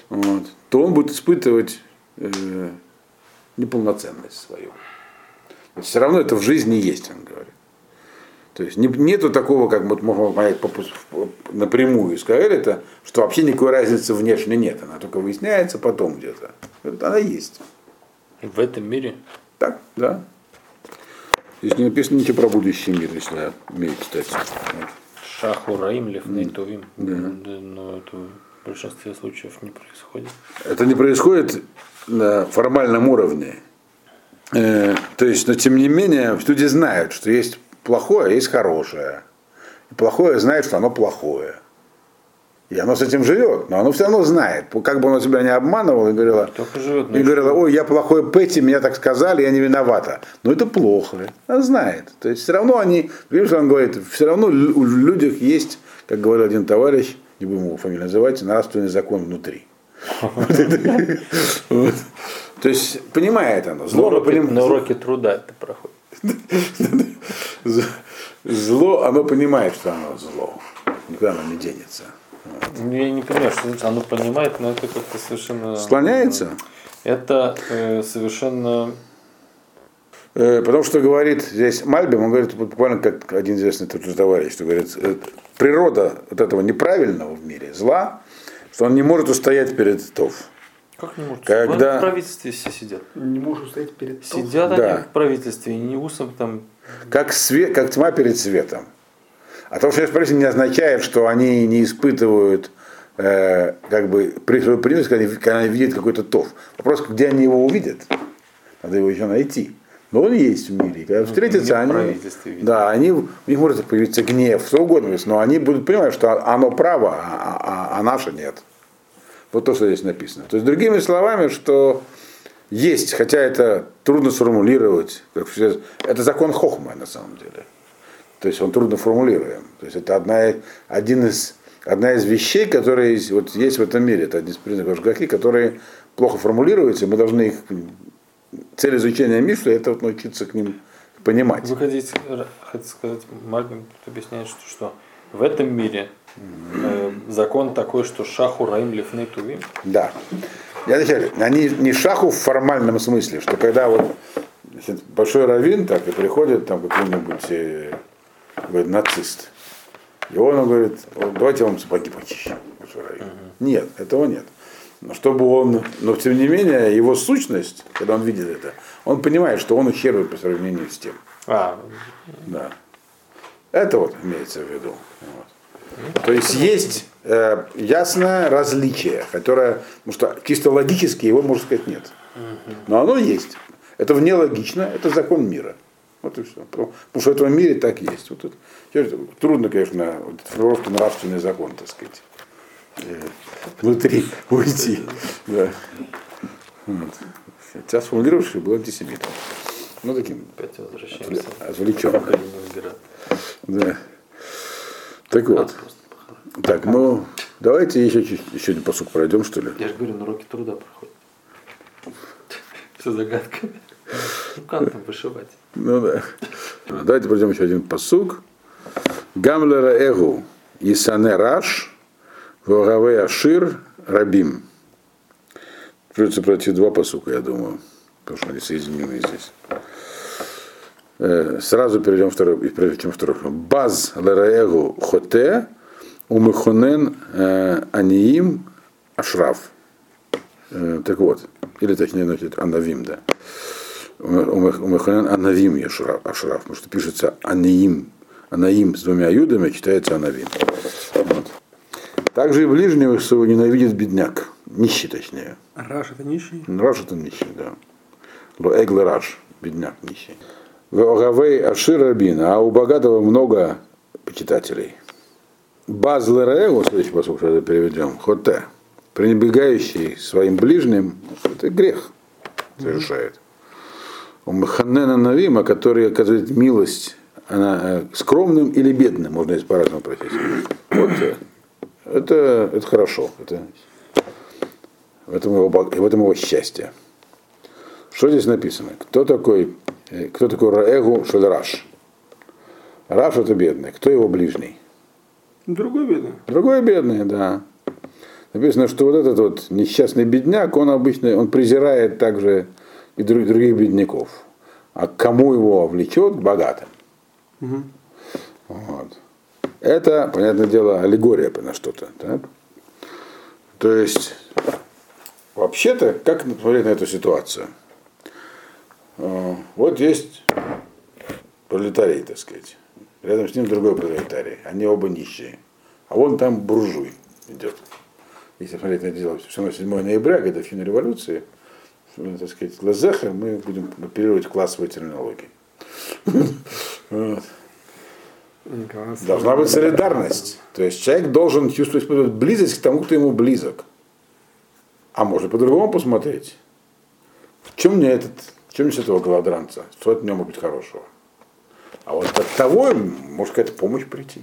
A: вот, то он будет испытывать неполноценность свою. Все равно это в жизни есть, он говорит. То есть нету такого, как вот можно понять напрямую из Каэлита, что вообще никакой разницы внешне нет. Она только выясняется потом где-то. Она есть.
C: В этом мире?
A: Так, да. Здесь не написано ничего про будущий мир, если я умею читать.
C: Шаху Раим, Лифней Тувим. Но это в большинстве случаев не происходит.
A: Это не происходит на формальном уровне. То есть, но тем не менее, люди знают, что есть плохое, а есть хорошее. И плохое знает, что оно плохое. И оно с этим живет, но оно все равно знает. Как бы оно себя не обманывало, и говорила, ой, я плохой Петти, меня так сказали, я не виновата. Но это плохо. Она знает. То есть все равно они, видишь, он говорит, все равно у людях есть, как говорил один товарищ, не будем его фамилию называть, нравственный закон внутри. То есть понимает оно.
C: На уроке труда это проходит.
A: Зло, оно понимает, что оно зло. Никуда оно не денется.
C: Я не понимаю, что значит оно понимает, но это как-то совершенно...
A: Склоняется?
C: Это совершенно...
A: Потому что говорит здесь Мальбим, он говорит буквально как один известный товарищ, что говорит, природа вот этого неправильного в мире, зла, что он не может устоять перед Тов.
C: Как не может?
A: Когда...
C: В правительстве все сидят.
B: Не может устоять перед Тов.
C: Сидят
A: да.
C: они в правительстве, не усом там...
A: Как тьма перед светом. А то, что я спросил, не означает, что они не испытывают как бы принос, когда они видят какой-то Тов. Вопрос, где они его увидят. Надо его еще найти. Но он есть в мире. Когда встретятся, они, да, у них может появиться гнев, что угодно, но они будут понимать, что оно право, а наше нет. Вот то, что здесь написано. То есть, другими словами, что есть, хотя это трудно сформулировать, это закон Хохма на самом деле. То есть он трудно формулируем. То есть это одна из вещей, которые вот есть в этом мире. Это один из признаков Ашгахи, которые плохо формулируются, мы должны их... Цель изучения Мишли — это вот научиться к ним понимать.
C: Вы хотите сказать, Мальбим объясняет, что в этом мире закон такой, что шаху раим лифней тувим? Да.
A: Я отвечаю, они не шаху в формальном смысле, что когда вот значит, большой раввин так и приходит там какой-нибудь говорит, нацист, и он говорит, давайте я вам сапоги почищу. Нет, этого нет. Но чтобы он, но тем не менее, его сущность, когда он видит это, он понимает, что он ущербен по сравнению с тем. Да. Это вот имеется в виду. Вот. То есть есть ясное различие, которое, потому что чисто логически его, можно сказать, нет. Но оно есть. Это внелогично, это закон мира. Вот и все. Потому что в этом мире так есть. Вот это, трудно, конечно, формулировка нравственный закон, так сказать. Внутри уйти. Да. Вот. Сейчас сформулировавший был антисемитом. Ну таким отвлеченным. Да. Так вот. Так, ну давайте еще один посук пройдем, что ли.
C: Я же говорю, на уроке труда проходит. Все загадками. Ну как там вышивать?
A: Ну да. Давайте пройдем еще один посук. Гамлера эгу исане раш вогавей ашир рабим. Придется пройти два посука, я думаю, потому что они соединены здесь. Сразу перейдем второй, и прежде чем второй. Баз лераэгу хоте умехонен аниим ашраф. Так вот, или точнее, значит, анавим, да. Умехонен анавим ашраф, потому что пишется аниим. Анаим с двумя юдами читается анавим. Вот. Также и ближнего своего ненавидит бедняк. Нищий, точнее.
B: Раш это нищий?
A: Раш это нищий, да. Эгле раш, бедняк нищий. Вагавей ашир рабина, а у богатого много почитателей. Баз лераэгу, следующий посыл, что переведем, хоте, пренебрегающий своим ближним, это грех совершает. У Механена Навима, который оказывает милость она, скромным или бедным, можно здесь по-разному прочесть. Вот, это хорошо. В этом его счастье. Что здесь написано? Кто такой Раэгу Шельраш? Раш это бедный. Кто его ближний?
B: Другой бедный.
A: Другой бедный, да. Написано, что вот этот вот несчастный бедняк, он обычно, он презирает также и других бедняков. А к кому его влечет? К богатым.
B: Угу.
A: Вот. Это, понятное дело, аллегория на что-то. Так? То есть, вообще-то, как смотреть на эту ситуацию? Вот есть пролетарий, так сказать. Рядом с ним другой пролетарий. Они оба нищие. А вон там буржуй идет. Если смотреть на это дело, 7 ноября, когда финал революции, так сказать, Лазеха, мы будем оперировать классовой терминологией. Должна быть солидарность. То есть человек должен чувствовать близость к тому, кто ему близок. А можно по-другому посмотреть. В чем мне с этого голодранца? Что от него может быть хорошего? А вот от того может какая-то помощь прийти.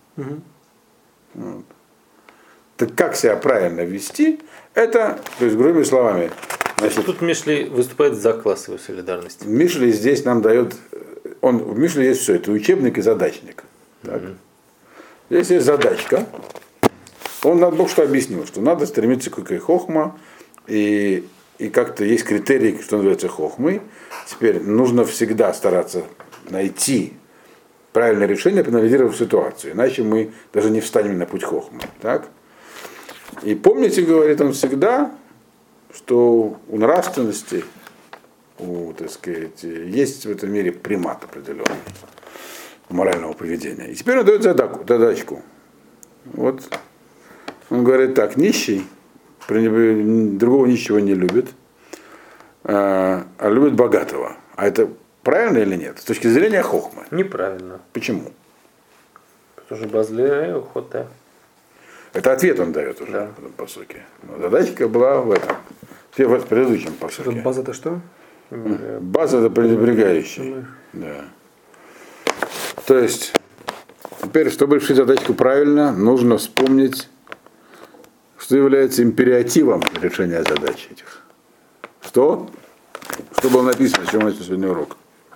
A: Вот. Так как себя правильно вести, это, то есть, грубыми словами, значит,
C: тут Мишли выступает за классовую солидарность.
A: Мишли здесь нам дает, в Мишле есть все, это учебник и задачник. Так? Здесь есть задачка. Он нам только что объяснил, что надо стремиться к хохма, и как-то есть критерии, что называется хохмой. Теперь нужно всегда стараться найти правильное решение, проанализировав ситуацию, иначе мы даже не встанем на путь хохмы. Так? И помните, говорит он всегда, что у нравственности, так сказать, есть в этом мире примат определенный морального поведения. И теперь он дает задачку. Вот он говорит так: нищий другого нищего не любит, а любит богатого. А это правильно или нет? С точки зрения хохмы.
C: Неправильно.
A: Почему?
C: Потому что базле охота.
A: Это ответ он дает уже в этом посуке. Но задачка была в этом. В предыдущем посуке.
B: База это что?
A: База это пренебрегающий. Да. То есть, теперь, чтобы решить задачку правильно, нужно вспомнить, что является империативом решения задач этих. Что? Что было написано, с чего начался сегодня урок?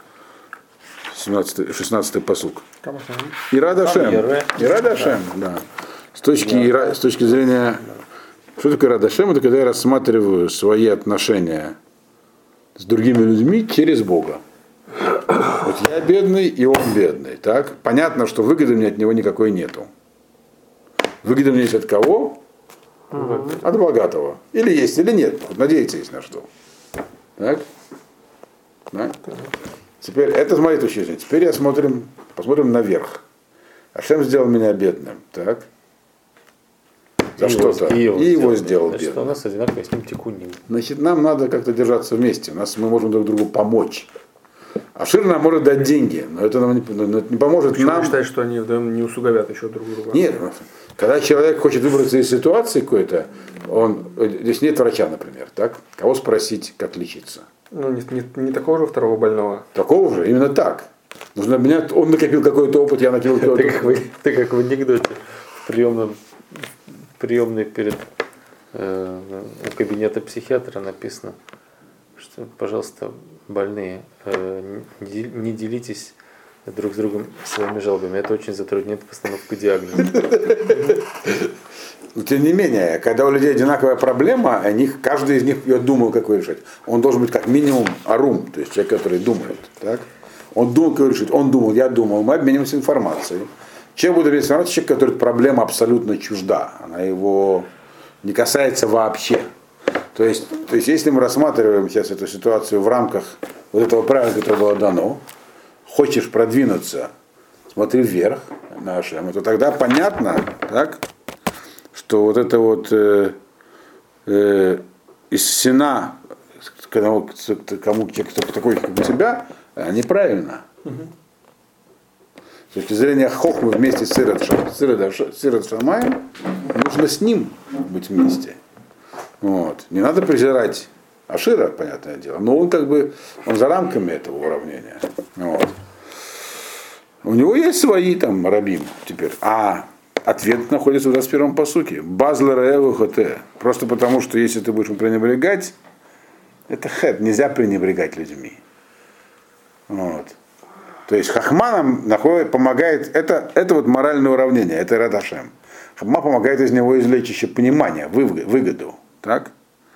A: 16-й пасук. Ирадашем. Ирадашем, да. С точки зрения, что такое Ирадашем? Это когда я рассматриваю свои отношения с другими людьми через Бога. Вот я бедный, и он бедный. Так? Понятно, что выгоды мне от него никакой нету. Выгода мне есть от кого? От богатого. Или есть, или нет. Вот надеяться есть на что. Так? Да? Теперь, это с моей точки зрения. Теперь посмотрим наверх. Ашем сделал меня бедным. Так? За что-то. И его сделал бедным.
C: Значит, у нас одинаково с ним тикуним.
A: Значит, нам надо как-то держаться вместе. Мы можем друг другу помочь. Ашир нам может дать деньги, но это нам не поможет.
B: Почему
A: нам.
B: Вы считаете, что они не усугубят еще друг друга?
A: Нет. Когда человек хочет выбраться из ситуации какой-то, здесь нет врача, например, так? Кого спросить, как лечиться?
B: Ну, не такого же второго больного.
A: Такого же, именно так. Нужно обменять, он накопил какой-то опыт, я накопил какой-то опыт.
C: Это как в анекдоте. В приемной перед у кабинета психиатра написано, что, пожалуйста, больные, не делитесь друг с другом своими жалобами. Это очень затрудняет постановку диагноза.
A: Но тем не менее, когда у людей одинаковая проблема, каждый из них ее думал, как ее решить. Он должен быть как минимум арум, то есть человек, который думает. Так? Он думал, как ее решить. Он думал, я думал. Мы обмениваемся информацией. Человек будет обмениваться информацией, человек, который проблема абсолютно чужда. Она его не касается вообще. То есть, если мы рассматриваем сейчас эту ситуацию в рамках вот этого правила, которое было дано, хочешь продвинуться, смотри вверх на Ашема, то тогда понятно, так, что вот это вот из сена кому человек такой, как у тебя, неправильно. С точки зрения хохмы вместе с Сирот Шамаем, нужно с ним быть вместе. Вот. Не надо презирать Ашира, понятное дело, но он он за рамками этого уравнения. Вот. У него есть свои там рабим теперь. А ответ находится в 21-м пасуке. Базлер хоте. Просто потому, что если ты будешь пренебрегать, это хет, нельзя пренебрегать людьми. Вот. То есть хахма нам помогает, это вот моральное уравнение, это Радашем. Хохма помогает из него извлечь еще понимание, выгоду. Так?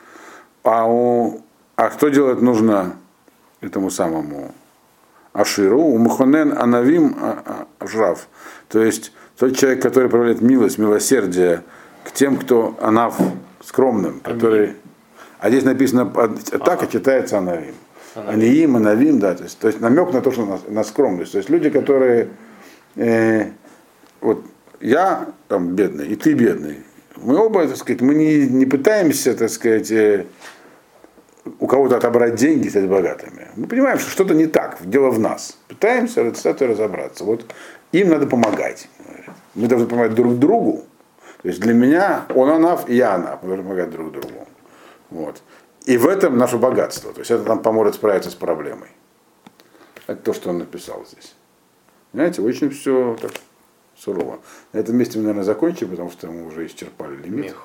A: А что делать нужно этому самому Аширу? У Мухонен Анавим Жрав. То есть тот человек, который проявляет милость, милосердие к тем, кто Анав скромным, который. А здесь написано так, и читается Анавим. Аниим, Анавим, да. То есть намек на то, что на скромность. То есть люди, которые вот я там бедный, и ты бедный. Мы оба, так сказать, мы не пытаемся, так сказать, у кого-то отобрать деньги и стать богатыми. Мы понимаем, что что-то не так, дело в нас. Пытаемся с этим разобраться. Вот им надо помогать. Мы должны помогать друг другу. То есть для меня он Анав, и я Анав. Мы должны помогать друг другу. Вот. И в этом наше богатство. То есть это нам поможет справиться с проблемой. Это то, что он написал здесь. Понимаете, очень все так сурово. На этом месте мы, наверное, закончим, потому что мы уже исчерпали лимит.